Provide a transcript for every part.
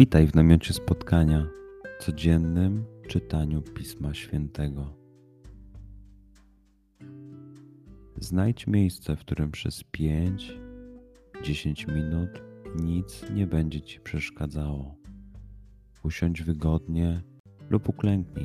Witaj w namiocie spotkania, codziennym czytaniu Pisma Świętego. Znajdź miejsce, w którym przez 5-10 minut nic nie będzie Ci przeszkadzało. Usiądź wygodnie lub uklęknij.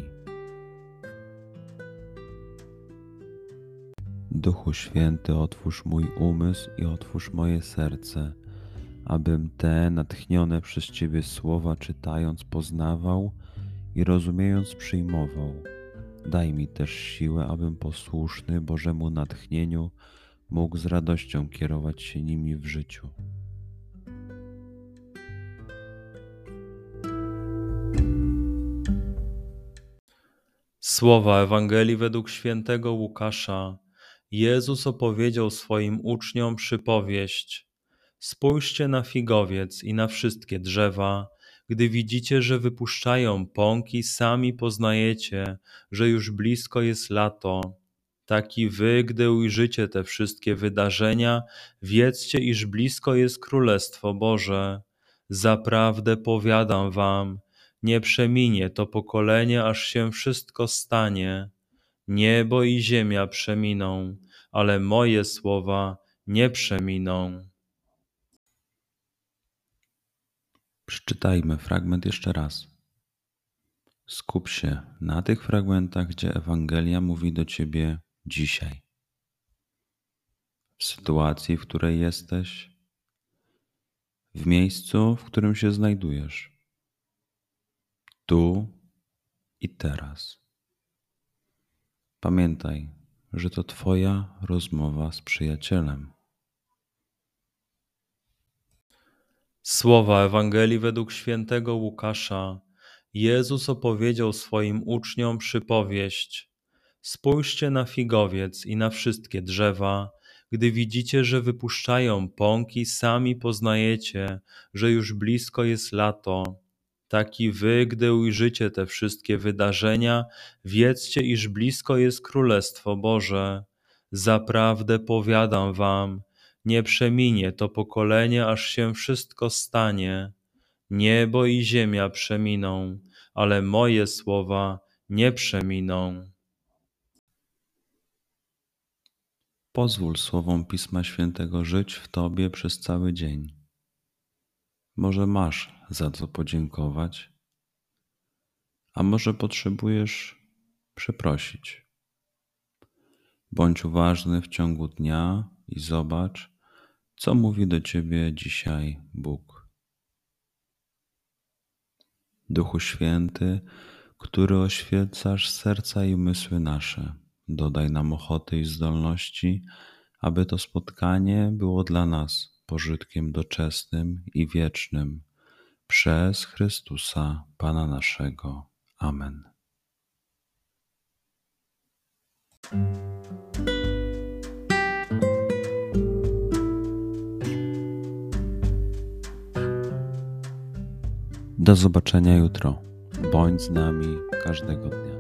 Duchu Święty, otwórz mój umysł i otwórz moje serce, abym te natchnione przez Ciebie słowa czytając poznawał i rozumiejąc przyjmował. Daj mi też siłę, abym posłuszny Bożemu natchnieniu mógł z radością kierować się nimi w życiu. Słowa Ewangelii według świętego Łukasza. Jezus opowiedział swoim uczniom przypowieść. Spójrzcie na figowiec i na wszystkie drzewa. Gdy widzicie, że wypuszczają pąki, sami poznajecie, że już blisko jest lato. Tak i wy, gdy ujrzycie te wszystkie wydarzenia, wiedzcie, iż blisko jest Królestwo Boże. Zaprawdę powiadam wam, nie przeminie to pokolenie, aż się wszystko stanie. Niebo i ziemia przeminą, ale moje słowa nie przeminą. Przeczytajmy fragment jeszcze raz. Skup się na tych fragmentach, gdzie Ewangelia mówi do Ciebie dzisiaj. W sytuacji, w której jesteś, w miejscu, w którym się znajdujesz, tu i teraz. Pamiętaj, że to Twoja rozmowa z przyjacielem. Słowa Ewangelii według świętego Łukasza. Jezus opowiedział swoim uczniom przypowieść. Spójrzcie na figowiec i na wszystkie drzewa. Gdy widzicie, że wypuszczają pąki, sami poznajecie, że już blisko jest lato. Tak i wy, gdy ujrzycie te wszystkie wydarzenia, wiedzcie, iż blisko jest Królestwo Boże. Zaprawdę powiadam wam, nie przeminie to pokolenie, aż się wszystko stanie. Niebo i ziemia przeminą, ale moje słowa nie przeminą. Pozwól słowom Pisma Świętego żyć w Tobie przez cały dzień. Może masz za co podziękować, a może potrzebujesz przeprosić. Bądź uważny w ciągu dnia i zobacz, co mówi do Ciebie dzisiaj Bóg. Duchu Święty, który oświecasz serca i umysły nasze, dodaj nam ochoty i zdolności, aby to spotkanie było dla nas pożytkiem doczesnym i wiecznym. Przez Chrystusa, Pana naszego. Amen. Do zobaczenia jutro. Bądź z nami każdego dnia.